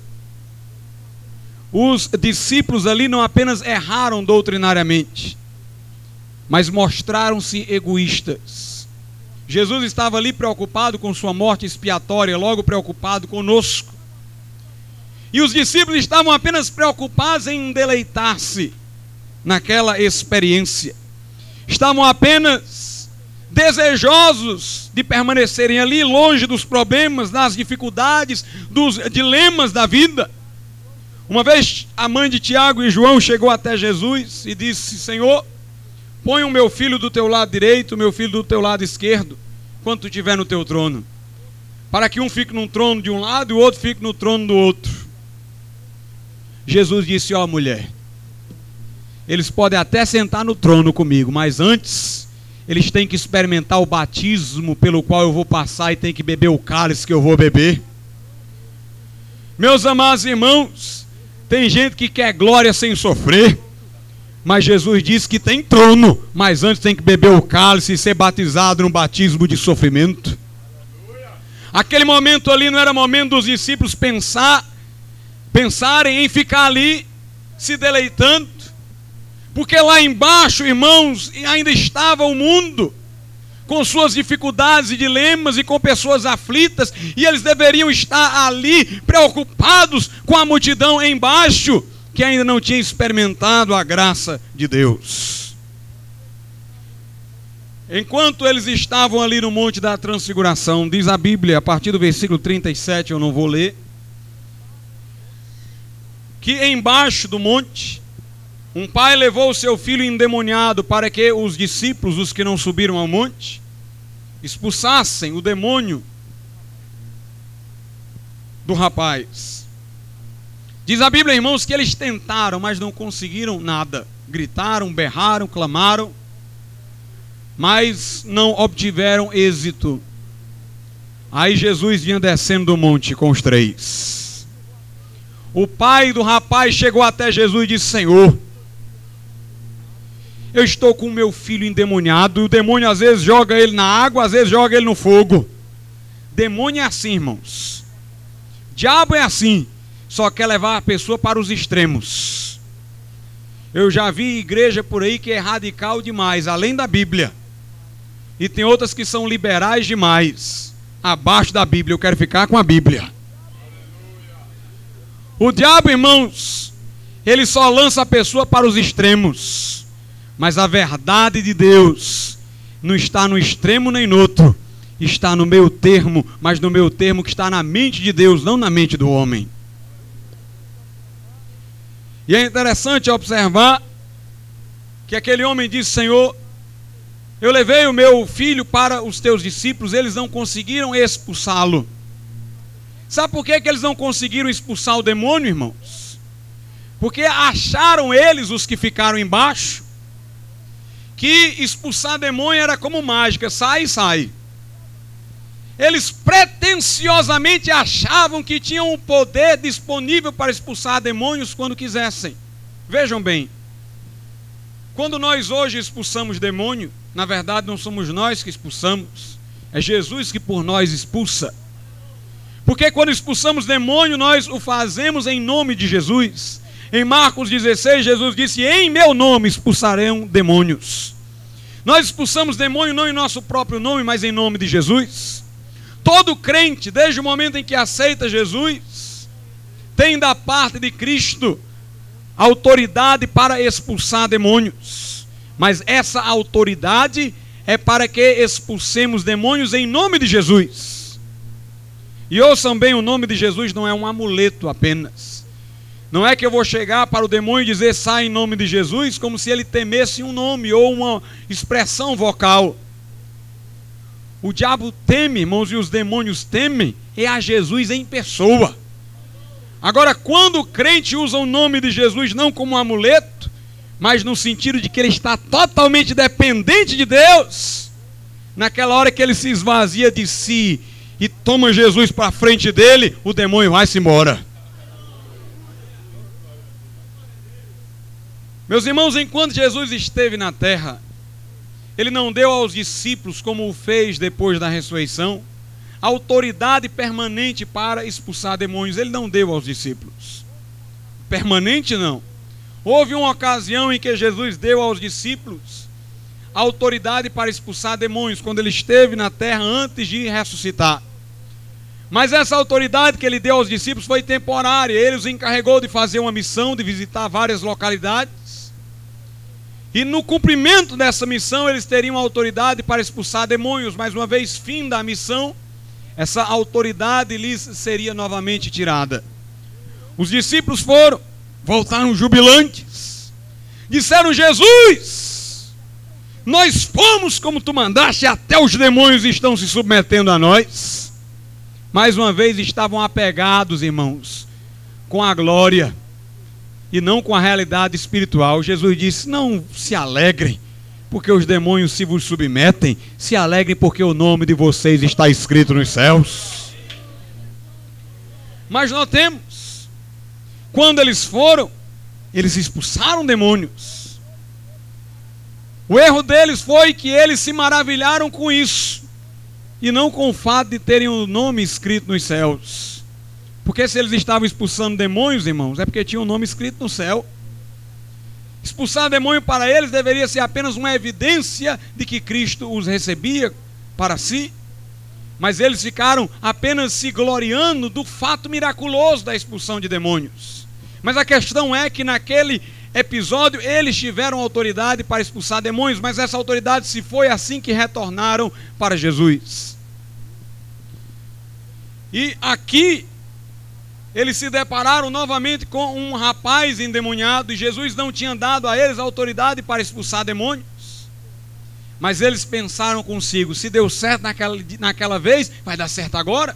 Os discípulos ali não apenas erraram doutrinariamente, mas mostraram-se egoístas. Jesus estava ali preocupado com sua morte expiatória, logo preocupado conosco. E os discípulos estavam apenas preocupados em deleitar-se naquela experiência. Estavam apenas desejosos de permanecerem ali, longe dos problemas, das dificuldades, dos dilemas da vida. Uma vez a mãe de Tiago e João chegou até Jesus e disse: Senhor, põe o meu filho do teu lado direito, o meu filho do teu lado esquerdo, quando tu estiver no teu trono, para que um fique no trono de um lado e o outro fique no trono do outro. Jesus disse: ó mulher, eles podem até sentar no trono comigo, mas antes eles têm que experimentar o batismo pelo qual eu vou passar e têm que beber o cálice que eu vou beber. Meus amados irmãos, tem gente que quer glória sem sofrer, mas Jesus disse que tem trono, mas antes tem que beber o cálice e ser batizado num batismo de sofrimento. Aquele momento ali não era momento dos discípulos pensar pensarem em ficar ali se deleitando, porque lá embaixo, irmãos, ainda estava o mundo com suas dificuldades e dilemas e com pessoas aflitas, e eles deveriam estar ali preocupados com a multidão embaixo que ainda não tinha experimentado a graça de Deus. Enquanto eles estavam ali no Monte da Transfiguração, diz a Bíblia, a partir do versículo trinta e sete, eu não vou ler, que embaixo do monte, um pai levou o seu filho endemoniado para que os discípulos, os que não subiram ao monte, expulsassem o demônio do rapaz. Diz a Bíblia, irmãos, que eles tentaram, mas não conseguiram nada. Gritaram, berraram, clamaram, mas não obtiveram êxito. Aí Jesus vinha descendo do monte com os três. O pai do rapaz chegou até Jesus e disse: Senhor, eu estou com o meu filho endemoniado, e o demônio às vezes joga ele na água, às vezes joga ele no fogo. Demônio é assim, irmãos. Diabo é assim, só quer levar a pessoa para os extremos. Eu já vi igreja por aí que é radical demais, além da Bíblia. E tem outras que são liberais demais, abaixo da Bíblia. Eu quero ficar com a Bíblia. O diabo, irmãos, ele só lança a pessoa para os extremos. Mas a verdade de Deus não está no extremo nem no outro. Está no meio termo, mas no meio termo que está na mente de Deus, não na mente do homem. E é interessante observar que aquele homem disse: Senhor, eu levei o meu filho para os teus discípulos, eles não conseguiram expulsá-lo. Sabe por que que eles não conseguiram expulsar o demônio, irmãos? Porque acharam eles, os que ficaram embaixo, que expulsar demônio era como mágica, sai e sai. Eles pretensiosamente achavam que tinham o poder disponível para expulsar demônios quando quisessem. Vejam bem, quando nós hoje expulsamos demônio, na verdade não somos nós que expulsamos, é Jesus que por nós expulsa. Porque quando expulsamos demônio, nós o fazemos em nome de Jesus. Em Marcos dezesseis, Jesus disse: em meu nome expulsarão demônios. Nós expulsamos demônio não em nosso próprio nome, mas em nome de Jesus. Todo crente, desde o momento em que aceita Jesus, tem da parte de Cristo autoridade para expulsar demônios. Mas essa autoridade é para que expulsemos demônios em nome de Jesus. E ouçam bem, o nome de Jesus não é um amuleto apenas. Não é que eu vou chegar para o demônio e dizer: sai em nome de Jesus, como se ele temesse um nome ou uma expressão vocal. O diabo teme, irmãos, e os demônios temem, é a Jesus em pessoa. Agora, quando o crente usa o nome de Jesus não como um amuleto, mas no sentido de que ele está totalmente dependente de Deus, naquela hora que ele se esvazia de si e toma Jesus para frente dele, o demônio vai-se embora. Meus irmãos, enquanto Jesus esteve na terra, ele não deu aos discípulos, como o fez depois da ressurreição, autoridade permanente para expulsar demônios. Ele não deu aos discípulos. Permanente não. Houve uma ocasião em que Jesus deu aos discípulos autoridade para expulsar demônios, quando ele esteve na terra antes de ressuscitar. Mas essa autoridade que ele deu aos discípulos foi temporária. Ele os encarregou de fazer uma missão, de visitar várias localidades. E no cumprimento dessa missão, eles teriam autoridade para expulsar demônios. Mas uma vez fim da missão, essa autoridade lhes seria novamente tirada. Os discípulos foram, voltaram jubilantes. Disseram: Jesus, nós fomos como tu mandaste, até os demônios estão se submetendo a nós. Mais uma vez estavam apegados, irmãos, com a glória e não com a realidade espiritual. Jesus disse: não se alegrem porque os demônios se vos submetem, se alegrem porque o nome de vocês está escrito nos céus. Mas notemos, quando eles foram, eles expulsaram demônios. O erro deles foi que eles se maravilharam com isso, e não com o fato de terem o nome escrito nos céus. Porque se eles estavam expulsando demônios, irmãos, é porque tinha um nome escrito no céu. Expulsar demônio para eles deveria ser apenas uma evidência de que Cristo os recebia para si. Mas eles ficaram apenas se gloriando do fato miraculoso da expulsão de demônios. Mas a questão é que naquele episódio eles tiveram autoridade para expulsar demônios, mas essa autoridade se foi assim que retornaram para Jesus. E aqui eles se depararam novamente com um rapaz endemoniado, e Jesus não tinha dado a eles autoridade para expulsar demônios. Mas eles pensaram consigo: se deu certo naquela, naquela vez, vai dar certo agora.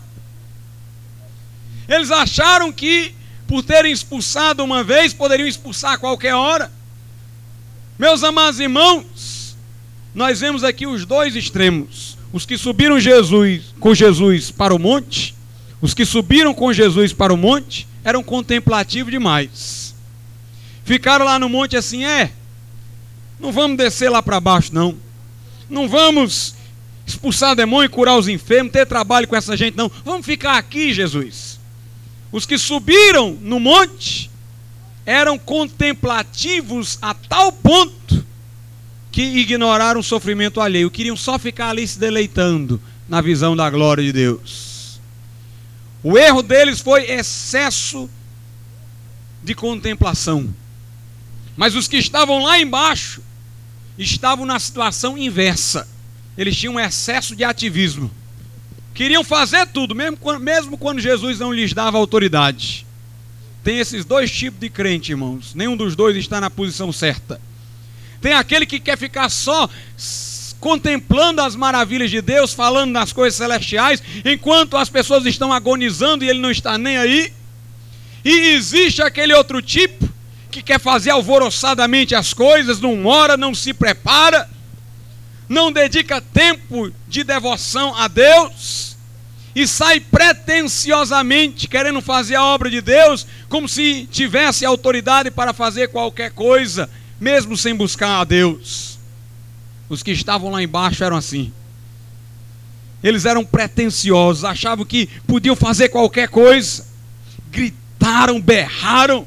Eles acharam que por terem expulsado uma vez, poderiam expulsar a qualquer hora. Meus amados irmãos, nós vemos aqui os dois extremos: os que subiram Jesus, com Jesus para o monte. Os que subiram com Jesus para o monte eram contemplativos demais. Ficaram lá no monte assim: é, não vamos descer lá para baixo não. Não vamos expulsar demônio, curar os enfermos, ter trabalho com essa gente não. Vamos ficar aqui, Jesus. Os que subiram no monte eram contemplativos a tal ponto que ignoraram o sofrimento alheio. Queriam só ficar ali se deleitando na visão da glória de Deus. O erro deles foi excesso de contemplação. Mas os que estavam lá embaixo estavam na situação inversa. Eles tinham um excesso de ativismo. Queriam fazer tudo, mesmo quando, mesmo quando Jesus não lhes dava autoridade. Tem esses dois tipos de crente, irmãos. Nenhum dos dois está na posição certa. Tem aquele que quer ficar só contemplando as maravilhas de Deus, falando das coisas celestiais, enquanto as pessoas estão agonizando e ele não está nem aí. E existe aquele outro tipo que quer fazer alvoroçadamente as coisas, não ora, não se prepara, não dedica tempo de devoção a Deus e sai pretensiosamente querendo fazer a obra de Deus como se tivesse autoridade para fazer qualquer coisa, mesmo sem buscar a Deus. Os que estavam lá embaixo eram assim. Eles eram pretensiosos, achavam que podiam fazer qualquer coisa, gritaram, berraram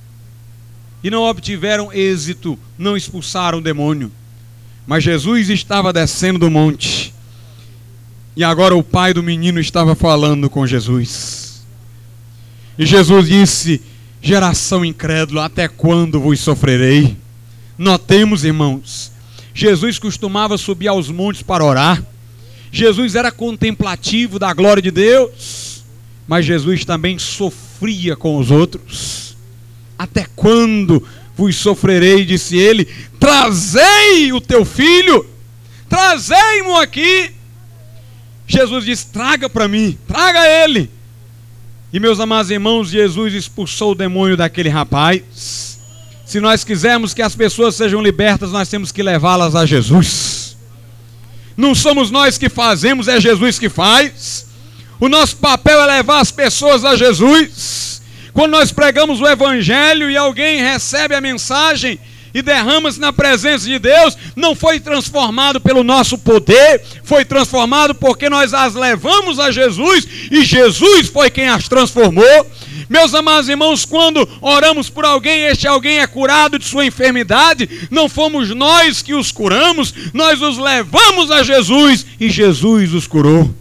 e não obtiveram êxito, não expulsaram o demônio. Mas Jesus estava descendo do monte e agora o pai do menino estava falando com Jesus. E Jesus disse: geração incrédula, até quando vos sofrerei? Notemos, irmãos, Jesus costumava subir aos montes para orar. Jesus era contemplativo da glória de Deus, mas Jesus também sofria com os outros. Até quando vos sofrerei, disse ele, trazei o teu filho, trazei-mo aqui. Jesus disse: traga para mim, traga ele. E meus amados irmãos, Jesus expulsou o demônio daquele rapaz. Se nós quisermos que as pessoas sejam libertas, nós temos que levá-las a Jesus. Não somos nós que fazemos, é Jesus que faz. O nosso papel é levar as pessoas a Jesus. Quando nós pregamos o evangelho e alguém recebe a mensagem e derrama-se na presença de Deus, não foi transformado pelo nosso poder, foi transformado porque nós as levamos a Jesus e Jesus foi quem as transformou. Meus amados irmãos, quando oramos por alguém, este alguém é curado de sua enfermidade, não fomos nós que os curamos, nós os levamos a Jesus e Jesus os curou.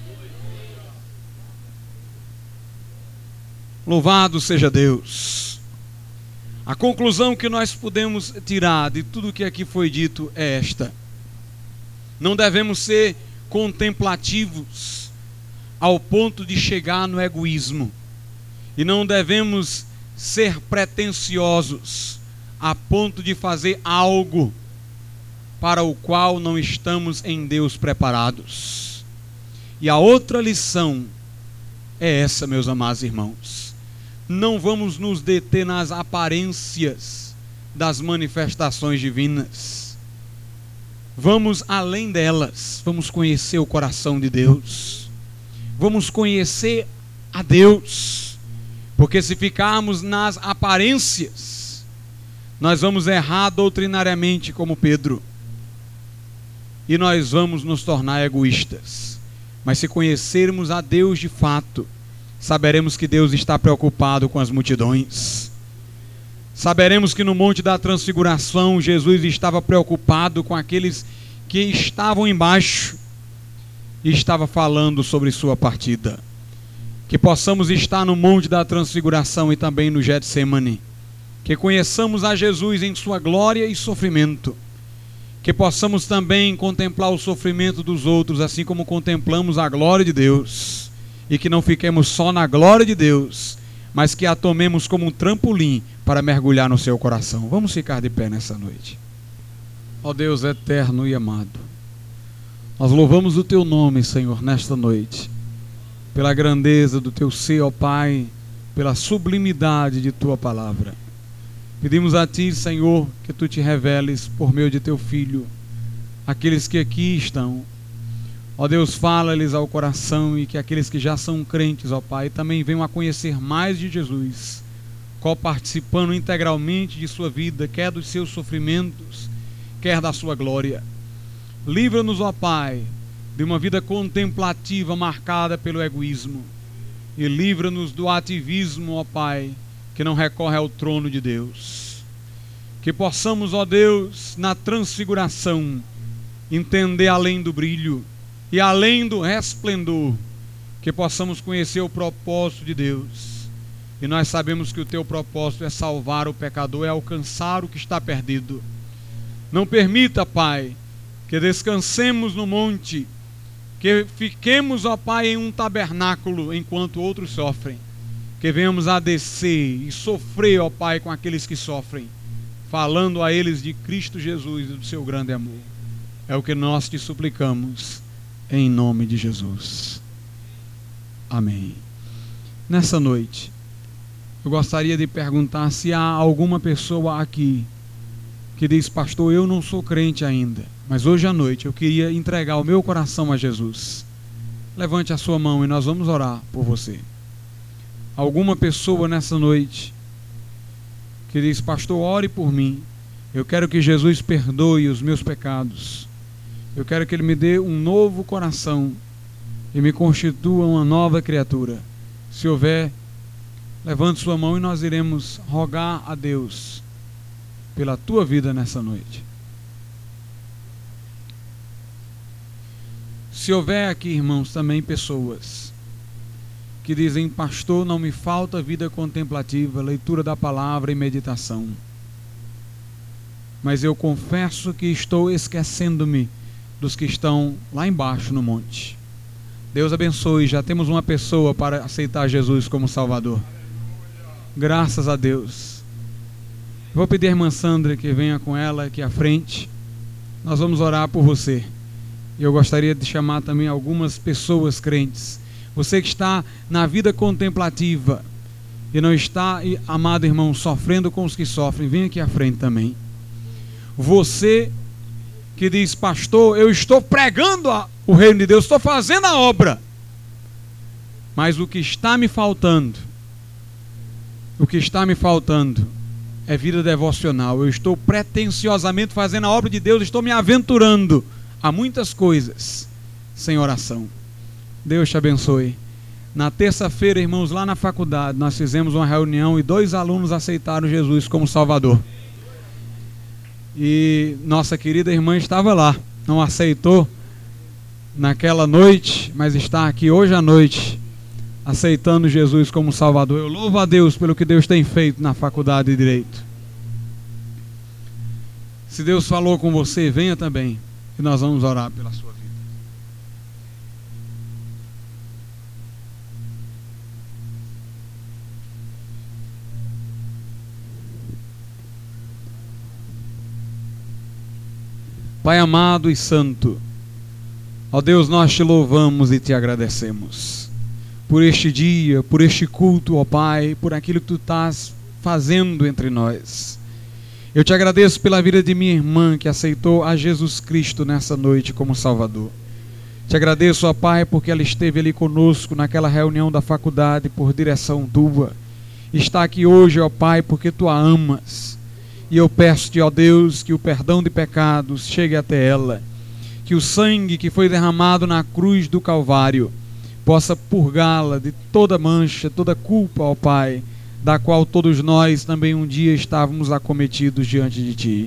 Louvado seja Deus. A conclusão que nós podemos tirar de tudo que aqui foi dito é esta: não devemos ser contemplativos ao ponto de chegar no egoísmo, e não devemos ser pretensiosos a ponto de fazer algo para o qual não estamos em Deus preparados. E a outra lição é essa, meus amados irmãos: não vamos nos deter nas aparências das manifestações divinas. Vamos além delas, vamos conhecer o coração de Deus, vamos conhecer a Deus, porque se ficarmos nas aparências, nós vamos errar doutrinariamente como Pedro, e nós vamos nos tornar egoístas. Mas se conhecermos a Deus de fato, saberemos que Deus está preocupado com as multidões. Saberemos que no Monte da Transfiguração Jesus estava preocupado com aqueles que estavam embaixo e estava falando sobre sua partida. Que possamos estar no Monte da Transfiguração e também no Getsemane. Que conheçamos a Jesus em sua glória e sofrimento. Que possamos também contemplar o sofrimento dos outros, assim como contemplamos a glória de Deus. E que não fiquemos só na glória de Deus, mas que a tomemos como um trampolim para mergulhar no seu coração. Vamos ficar de pé nessa noite. Ó Deus eterno e amado, nós louvamos o teu nome, Senhor, nesta noite, pela grandeza do teu ser, ó Pai, pela sublimidade de tua palavra. Pedimos a ti, Senhor, que tu te reveles por meio de teu Filho, aqueles que aqui estão. Ó Deus, fala-lhes ao coração, e que aqueles que já são crentes, ó Pai, também venham a conhecer mais de Jesus, co-participando integralmente de sua vida, quer dos seus sofrimentos, quer da sua glória. Livra-nos, ó Pai, de uma vida contemplativa marcada pelo egoísmo, e livra-nos do ativismo, ó Pai, que não recorre ao trono de Deus. Que possamos, ó Deus, na transfiguração, entender além do brilho e além do resplendor, que possamos conhecer o propósito de Deus. E nós sabemos que o teu propósito é salvar o pecador, é alcançar o que está perdido. Não permita, Pai, que descansemos no monte, que fiquemos, ó Pai, em um tabernáculo enquanto outros sofrem. Que venhamos a descer e sofrer, ó Pai, com aqueles que sofrem, falando a eles de Cristo Jesus e do seu grande amor. É o que nós te suplicamos, em nome de Jesus. Amém. Nessa noite, eu gostaria de perguntar se há alguma pessoa aqui que diz: pastor, eu não sou crente ainda, mas hoje à noite eu queria entregar o meu coração a Jesus. Levante a sua mão e nós vamos orar por você. Alguma pessoa nessa noite que diz: pastor, ore por mim, eu quero que Jesus perdoe os meus pecados, eu quero que Ele me dê um novo coração e me constitua uma nova criatura. Se houver, levante sua mão e nós iremos rogar a Deus pela tua vida nessa noite. Se houver aqui, irmãos, também pessoas que dizem: pastor, não me falta vida contemplativa, leitura da palavra e meditação, mas eu confesso que estou esquecendo-me dos que estão lá embaixo no monte. Deus abençoe, já temos uma pessoa para aceitar Jesus como Salvador. Graças a Deus. Vou pedir à irmã Sandra que venha com ela aqui à frente. Nós vamos orar por você. E eu gostaria de chamar também algumas pessoas crentes. Você que está na vida contemplativa e não está, amado irmão, sofrendo com os que sofrem, vem aqui à frente também. Você que diz: pastor, eu estou pregando a, o reino de Deus, estou fazendo a obra, mas o que está me faltando, o que está me faltando é vida devocional. Eu estou pretensiosamente fazendo a obra de Deus, estou me aventurando a muitas coisas sem oração. Deus te abençoe. Na terça-feira, irmãos, lá na faculdade, nós fizemos uma reunião e dois alunos aceitaram Jesus como Salvador. E nossa querida irmã estava lá, não aceitou naquela noite, mas está aqui hoje à noite, aceitando Jesus como Salvador. Eu louvo a Deus pelo que Deus tem feito na faculdade de Direito. Se Deus falou com você, venha também, e nós vamos orar pela sua vida. Pai amado e santo, ó Deus, nós te louvamos e te agradecemos por este dia, por este culto, ó Pai, por aquilo que tu estás fazendo entre nós. Eu te agradeço pela vida de minha irmã que aceitou a Jesus Cristo nessa noite como Salvador. Te agradeço, ó Pai, porque ela esteve ali conosco naquela reunião da faculdade por direção tua. Está aqui hoje, ó Pai, porque tu a amas. E eu peço-te, ó Deus, que o perdão de pecados chegue até ela, que o sangue que foi derramado na cruz do Calvário possa purgá-la de toda mancha, toda culpa, ó Pai, da qual todos nós também um dia estávamos acometidos diante de Ti.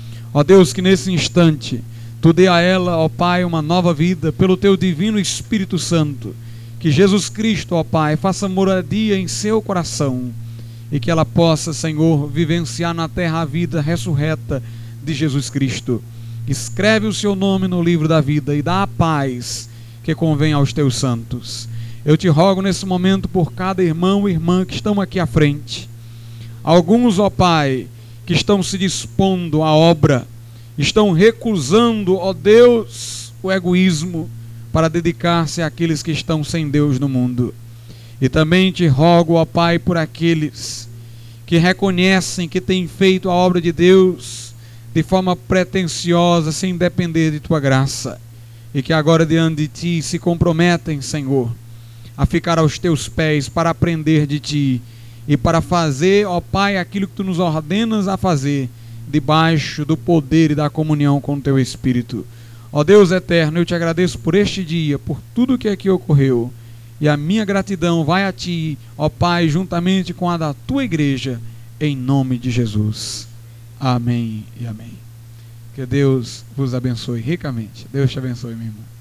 Ó Deus, que nesse instante Tu dê a ela, ó Pai, uma nova vida pelo Teu divino Espírito Santo, que Jesus Cristo, ó Pai, faça moradia em seu coração, e que ela possa, Senhor, vivenciar na terra a vida ressurreta de Jesus Cristo. Escreve o seu nome no livro da vida e dá a paz que convém aos teus santos. Eu te rogo nesse momento por cada irmão e irmã que estão aqui à frente. Alguns, ó Pai, que estão se dispondo à obra, estão recusando, ó Deus, o egoísmo para dedicar-se àqueles que estão sem Deus no mundo. E também te rogo, ó Pai, por aqueles que reconhecem que têm feito a obra de Deus de forma pretensiosa, sem depender de Tua graça, e que agora diante de Ti se comprometem, Senhor, a ficar aos Teus pés para aprender de Ti e para fazer, ó Pai, aquilo que Tu nos ordenas a fazer, debaixo do poder e da comunhão com o Teu Espírito. Ó Deus eterno, eu te agradeço por este dia, por tudo que aqui ocorreu. E a minha gratidão vai a Ti, ó Pai, juntamente com a da Tua igreja, em nome de Jesus. Amém e amém. Que Deus vos abençoe ricamente. Deus te abençoe, minha irmã.